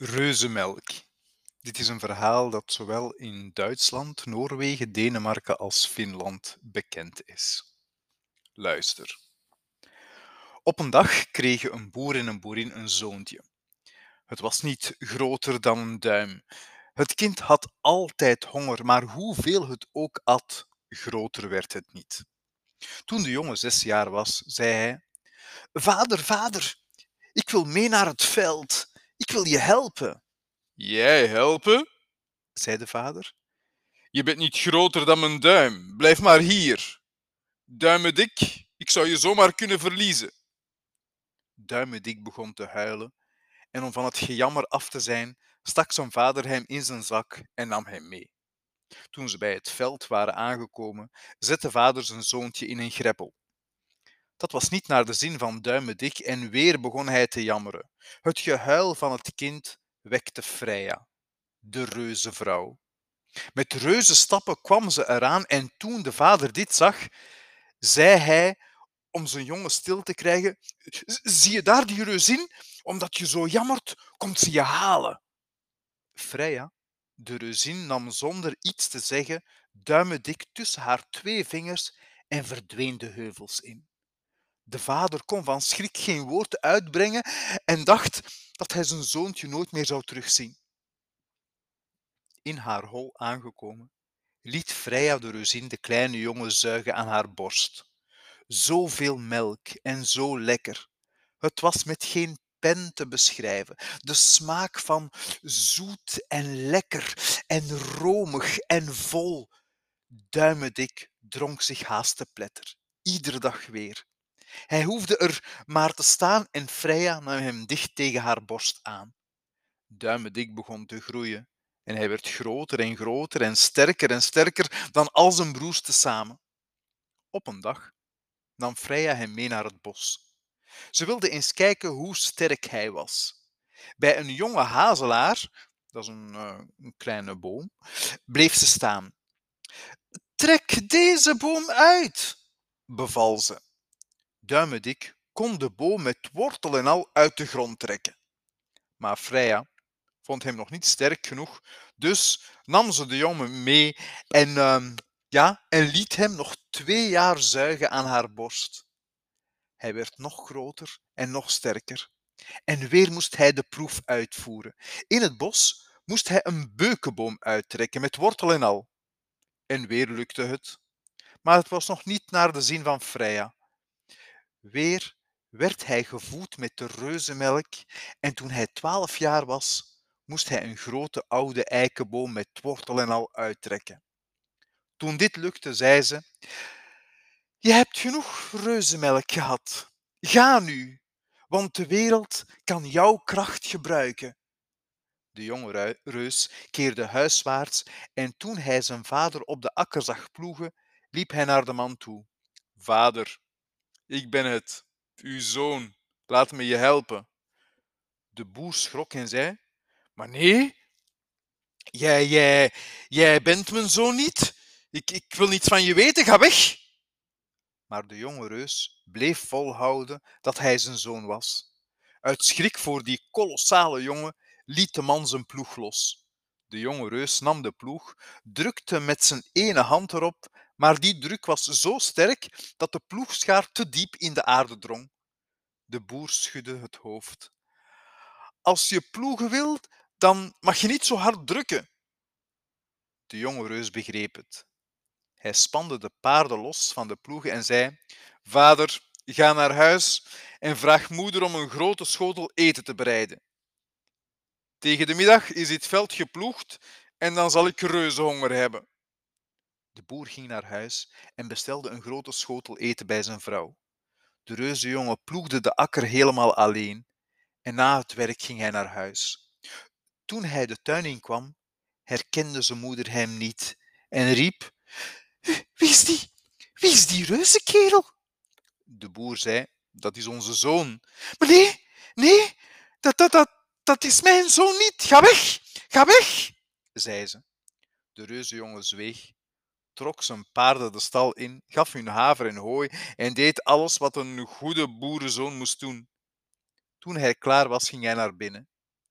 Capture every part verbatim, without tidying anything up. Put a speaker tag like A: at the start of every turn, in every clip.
A: Reuzenmelk. Dit is een verhaal dat zowel in Duitsland, Noorwegen, Denemarken als Finland bekend is. Luister. Op een dag kregen een boer en een boerin een zoontje. Het was niet groter dan een duim. Het kind had altijd honger, maar hoeveel het ook at, groter werd het niet. Toen de jongen zes jaar was, zei hij: Vader, vader, ik wil mee naar het veld. Ik wil je helpen.
B: Jij helpen?
A: Zei de vader.
B: Je bent niet groter dan mijn duim. Blijf maar hier. Duimendik, ik zou je zomaar kunnen verliezen.
A: Duimendik begon te huilen en om van het gejammer af te zijn, stak zijn vader hem in zijn zak en nam hem mee. Toen ze bij het veld waren aangekomen, zette vader zijn zoontje in een greppel. Dat was niet naar de zin van Duimendik en weer begon hij te jammeren. Het gehuil van het kind wekte Freya, de reuzenvrouw. Met reuzenstappen kwam ze eraan en toen de vader dit zag, zei hij om zijn jongen stil te krijgen: Zie je daar die reuzin? Omdat je zo jammert, komt ze je halen. Freya, de reuzin, nam zonder iets te zeggen Duimendik tussen haar twee vingers en verdween de heuvels in. De vader kon van schrik geen woord uitbrengen en dacht dat hij zijn zoontje nooit meer zou terugzien. In haar hol aangekomen, liet Freya de reuzin de kleine jongen zuigen aan haar borst. Zoveel melk en zo lekker. Het was met geen pen te beschrijven. De smaak van zoet en lekker en romig en vol. Duimendik dronk zich haast te pletter. Iedere dag weer. Hij hoefde er maar te staan en Freya nam hem dicht tegen haar borst aan. Duimendik begon te groeien en hij werd groter en groter en sterker en sterker dan al zijn broers tezamen. Op een dag nam Freya hem mee naar het bos. Ze wilde eens kijken hoe sterk hij was. Bij een jonge hazelaar, dat is een, uh, een kleine boom, bleef ze staan. Trek deze boom uit, beval ze. Duimendik kon de boom met wortel en al uit de grond trekken. Maar Freya vond hem nog niet sterk genoeg, dus nam ze de jongen mee en, uh, ja, en liet hem nog twee jaar zuigen aan haar borst. Hij werd nog groter en nog sterker. En weer moest hij de proef uitvoeren. In het bos moest hij een beukenboom uittrekken met wortel en al. En weer lukte het. Maar het was nog niet naar de zin van Freya. Weer werd hij gevoed met de reuzenmelk en toen hij twaalf jaar was, moest hij een grote oude eikenboom met wortel en al uittrekken. Toen dit lukte, zei ze: Je hebt genoeg reuzenmelk gehad. Ga nu, want de wereld kan jouw kracht gebruiken. De jonge reus keerde huiswaarts en toen hij zijn vader op de akker zag ploegen, liep hij naar de man toe.
B: Vader, ik ben het, uw zoon. Laat me je helpen.
A: De boer schrok en zei: Maar nee, jij, jij, jij bent mijn zoon niet. Ik, ik wil niets van je weten, ga weg. Maar de jonge reus bleef volhouden dat hij zijn zoon was. Uit schrik voor die kolossale jongen liet de man zijn ploeg los. De jonge reus nam de ploeg, drukte met zijn ene hand erop, maar die druk was zo sterk dat de ploegschaar te diep in de aarde drong. De boer schudde het hoofd. Als je ploegen wilt, dan mag je niet zo hard drukken. De jonge reus begreep het. Hij spande de paarden los van de ploegen en zei: Vader, ga naar huis en vraag moeder om een grote schotel eten te bereiden. Tegen de middag is dit veld geploegd en dan zal ik reuzenhonger hebben. De boer ging naar huis en bestelde een grote schotel eten bij zijn vrouw. De reuzenjongen ploegde de akker helemaal alleen en na het werk ging hij naar huis. Toen hij de tuin inkwam, herkende zijn moeder hem niet en riep: Wie is die? Wie is die reuzenkerel? De boer zei: Dat is onze zoon. Maar nee, nee, dat, dat, dat, dat is mijn zoon niet. Ga weg, ga weg, zei ze. De reuzenjongen zweeg, trok zijn paarden de stal in, gaf hun haver en hooi en deed alles wat een goede boerenzoon moest doen. Toen hij klaar was, ging hij naar binnen.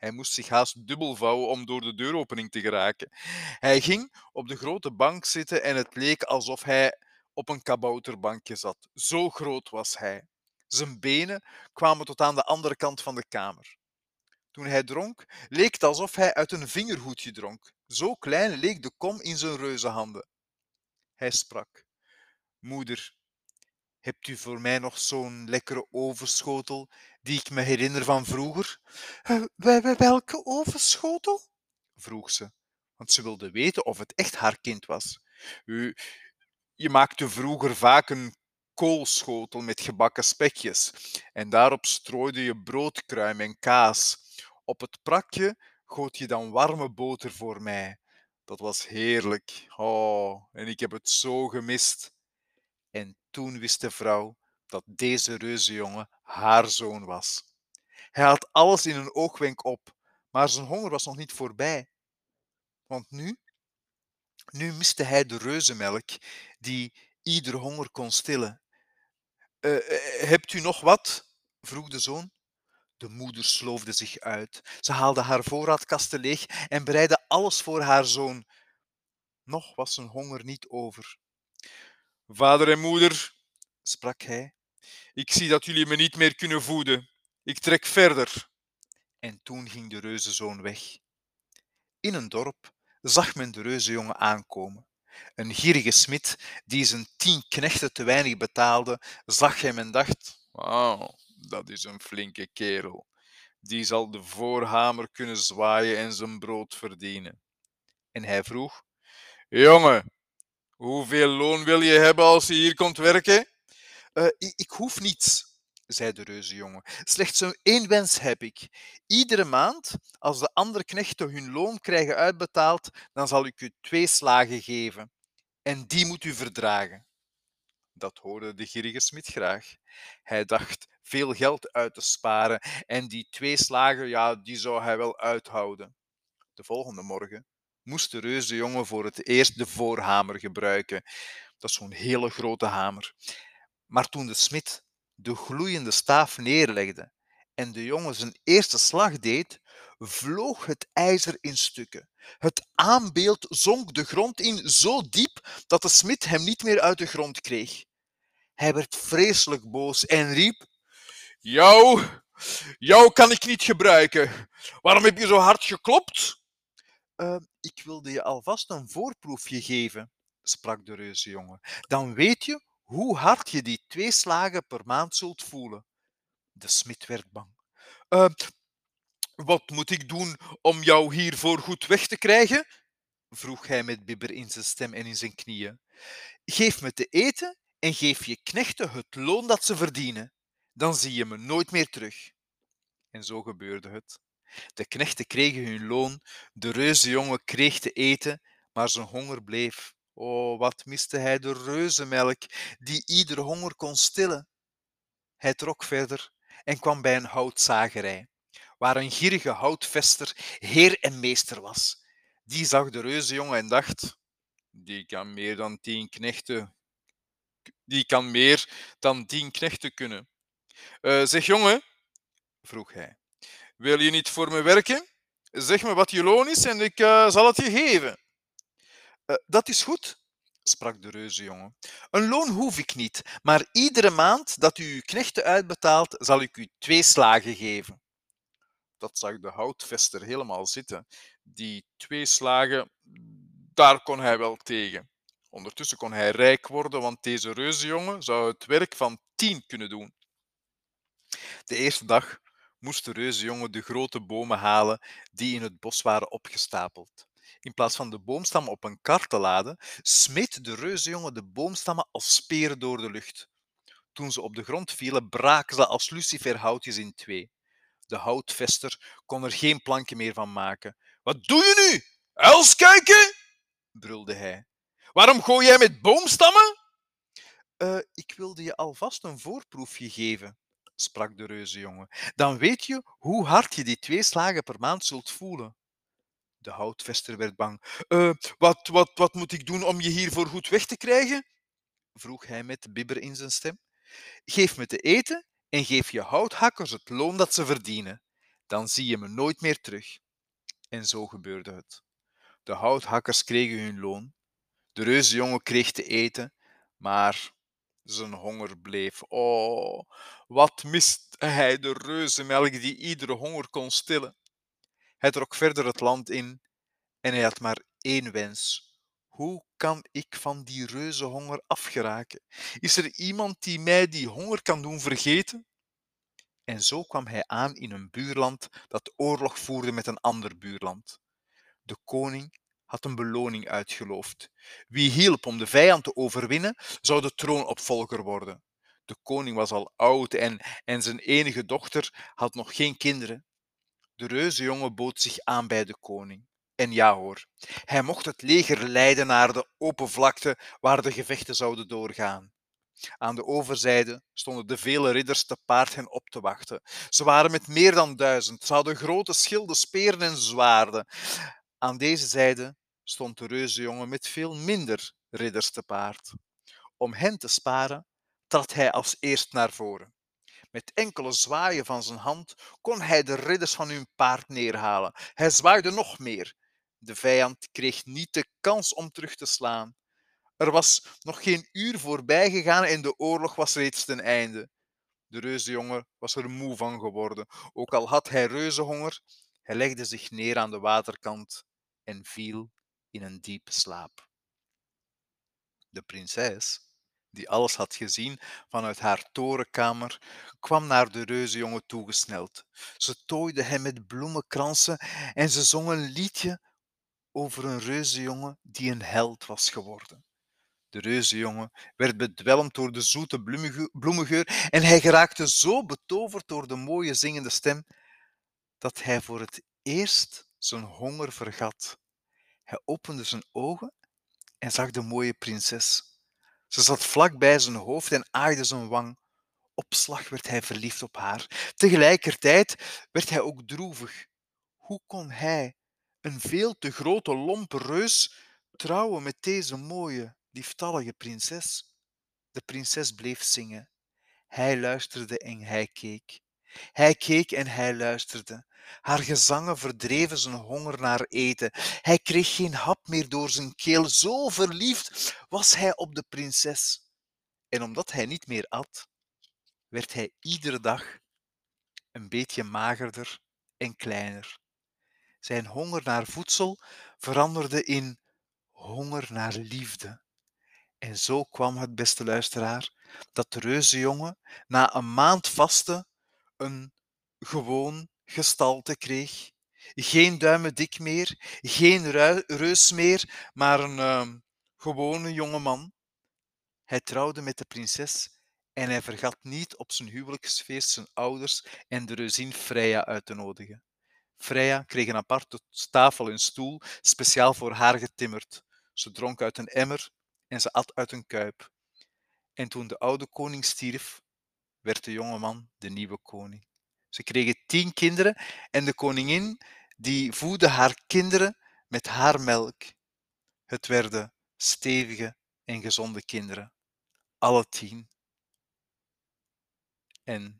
A: Hij moest zich haast dubbel vouwen om door de deuropening te geraken. Hij ging op de grote bank zitten en het leek alsof hij op een kabouterbankje zat. Zo groot was hij. Zijn benen kwamen tot aan de andere kant van de kamer. Toen hij dronk, leek het alsof hij uit een vingerhoedje dronk. Zo klein leek de kom in zijn reuzenhanden. Hij sprak. Moeder, hebt u voor mij nog zo'n lekkere ovenschotel die ik me herinner van vroeger? "Eh, wel- wel- Welke ovenschotel?" vroeg ze, want ze wilde weten of het echt haar kind was. "U, je maakte vroeger vaak een koolschotel met gebakken spekjes en daarop strooide je broodkruim en kaas. Op het prakje goot je dan warme boter voor mij. Dat was heerlijk. Oh, en ik heb het zo gemist." En toen wist de vrouw dat deze reuzenjongen haar zoon was. Hij had alles in een oogwenk op, maar zijn honger was nog niet voorbij. Want nu, nu miste hij de reuzenmelk die ieder honger kon stillen. "Eh, eh, hebt u nog wat?" vroeg de zoon. De moeder sloofde zich uit. Ze haalde haar voorraadkasten leeg en bereidde alles voor haar zoon. Nog was zijn honger niet over. "Vader en moeder," sprak hij, "ik zie dat jullie me niet meer kunnen voeden. Ik trek verder." En toen ging de reuzenzoon weg. In een dorp zag men de reuzenjongen aankomen. Een gierige smid, die zijn tien knechten te weinig betaalde, zag hem en dacht: "Wauw, dat is een flinke kerel. Die zal de voorhamer kunnen zwaaien en zijn brood verdienen." En hij vroeg: "Jongen, hoeveel loon wil je hebben als je hier komt werken?" "Eh, ik, ik hoef niets," zei de reuzenjongen. "Slechts zo één wens heb ik. Iedere maand, als de andere knechten hun loon krijgen uitbetaald, dan zal ik u twee slagen geven. En die moet u verdragen." Dat hoorde de gierige smid graag. Hij dacht veel geld uit te sparen en die twee slagen, ja, die zou hij wel uithouden. De volgende morgen moest de reuzenjongen voor het eerst de voorhamer gebruiken. Dat is zo'n hele grote hamer. Maar toen de smid de gloeiende staaf neerlegde en de jongen zijn eerste slag deed, vloog het ijzer in stukken. Het aanbeeld zonk de grond in zo diep dat de smid hem niet meer uit de grond kreeg. Hij werd vreselijk boos en riep: "Jou, jou kan ik niet gebruiken. Waarom heb je zo hard geklopt?" "Eh, ik wilde je alvast een voorproefje geven," sprak de reuzenjongen. "Dan weet je hoe hard je die twee slagen per maand zult voelen." De smid werd bang. "Eh, wat moet ik doen om jou hiervoor goed weg te krijgen?" vroeg hij met bibber in zijn stem en in zijn knieën. "Geef me te eten en geef je knechten het loon dat ze verdienen. Dan zie je me nooit meer terug." En zo gebeurde het. De knechten kregen hun loon, de reuzenjongen kreeg te eten, maar zijn honger bleef. O, wat miste hij de reuzenmelk, die ieder honger kon stillen. Hij trok verder en kwam bij een houtzagerij, waar een gierige houtvester heer en meester was. Die zag de reuzenjongen en dacht: die kan meer dan tien knechten, die kan meer dan tien knechten kunnen. "Eh, zeg jongen," vroeg hij, "wil je niet voor me werken? Zeg me wat je loon is en ik eh, zal het je geven." "Eh, dat is goed," sprak de reuzenjongen. "Een loon hoef ik niet, maar iedere maand dat u uw knechten uitbetaalt, zal ik u twee slagen geven." Dat zag de houtvester helemaal zitten. Die twee slagen, daar kon hij wel tegen. Ondertussen kon hij rijk worden, want deze reuzenjongen zou het werk van tien kunnen doen. De eerste dag moest de reuzenjongen de grote bomen halen die in het bos waren opgestapeld. In plaats van de boomstammen op een kar te laden, smeet de reuzenjongen de boomstammen als speren door de lucht. Toen ze op de grond vielen, braken ze als luciferhoutjes in twee. De houtvester kon er geen plankje meer van maken. "Wat doe je nu? Uilskuiken?" brulde hij. "Waarom gooi jij met boomstammen?" "Eh, ik wilde je alvast een voorproefje geven," sprak de reuzenjongen. "Dan weet je hoe hard je die twee slagen per maand zult voelen." De houtvester werd bang. "Eh, wat, wat, wat moet ik doen om je hiervoor goed weg te krijgen?" vroeg hij met bibber in zijn stem. "Geef me te eten en geef je houthakkers het loon dat ze verdienen. Dan zie je me nooit meer terug. En zo gebeurde het. De houthakkers kregen hun loon. De reuzenjongen kreeg te eten, maar zijn honger bleef. Oh, wat mist hij de reuzenmelk die iedere honger kon stillen. Hij trok verder het land in en hij had maar één wens. Hoe kan ik van die reuzenhonger afgeraken? Is er iemand die mij die honger kan doen vergeten? En zo kwam hij aan in een buurland dat oorlog voerde met een ander buurland. De koning had een beloning uitgeloofd. Wie hielp om de vijand te overwinnen, zou de troonopvolger worden. De koning was al oud en, en zijn enige dochter had nog geen kinderen. De reuzenjongen bood zich aan bij de koning. En ja hoor, hij mocht het leger leiden naar de open vlakte waar de gevechten zouden doorgaan. Aan de overzijde stonden de vele ridders te paard hen op te wachten. Ze waren met meer dan duizend. Ze hadden grote schilden, speren en zwaarden. Aan deze zijde stond de reuzenjongen met veel minder ridders te paard. Om hen te sparen, trad hij als eerst naar voren. Met enkele zwaaien van zijn hand kon hij de ridders van hun paard neerhalen. Hij zwaaide nog meer. De vijand kreeg niet de kans om terug te slaan. Er was nog geen uur voorbij gegaan en de oorlog was reeds ten einde. De reuzenjongen was er moe van geworden. Ook al had hij reuzenhonger, hij legde zich neer aan de waterkant en viel in een diepe slaap. De prinses, die alles had gezien vanuit haar torenkamer, kwam naar de reuzenjongen toegesneld. Ze tooide hem met bloemenkransen en ze zong een liedje over een reuzenjongen die een held was geworden. De reuzenjongen werd bedwelmd door de zoete bloemengeur en hij geraakte zo betoverd door de mooie zingende stem dat hij voor het eerst zijn honger vergat. Hij opende zijn ogen en zag de mooie prinses. Ze zat vlak bij zijn hoofd en aaide zijn wang. Op slag werd hij verliefd op haar. Tegelijkertijd werd hij ook droevig. Hoe kon hij, een veel te grote lompe reus, trouwen met deze mooie, lieftallige prinses? De prinses bleef zingen. Hij luisterde en hij keek. Hij keek en hij luisterde. Haar gezangen verdreven zijn honger naar eten. Hij kreeg geen hap meer door zijn keel. Zo verliefd was hij op de prinses. En omdat hij niet meer at, werd hij iedere dag een beetje magerder en kleiner. Zijn honger naar voedsel veranderde in honger naar liefde. En zo kwam het, beste luisteraar, dat de reuzenjongen na een maand vasten een gewoon gestalte kreeg. Geen duimendik meer, geen rui- reus meer, maar een uh, gewone jonge man. Hij trouwde met de prinses en hij vergat niet op zijn huwelijksfeest zijn ouders en de reuzin Freya uit te nodigen. Freya kreeg een aparte tafel en stoel, speciaal voor haar getimmerd. Ze dronk uit een emmer en ze at uit een kuip. En toen de oude koning stierf, werd de jonge man de nieuwe koning. Ze kregen tien kinderen en de koningin die voedde haar kinderen met haar melk. Het werden stevige en gezonde kinderen, alle tien. En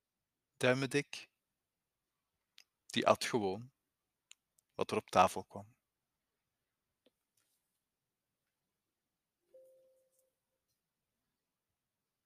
A: Duimendik, die at gewoon wat er op tafel kwam.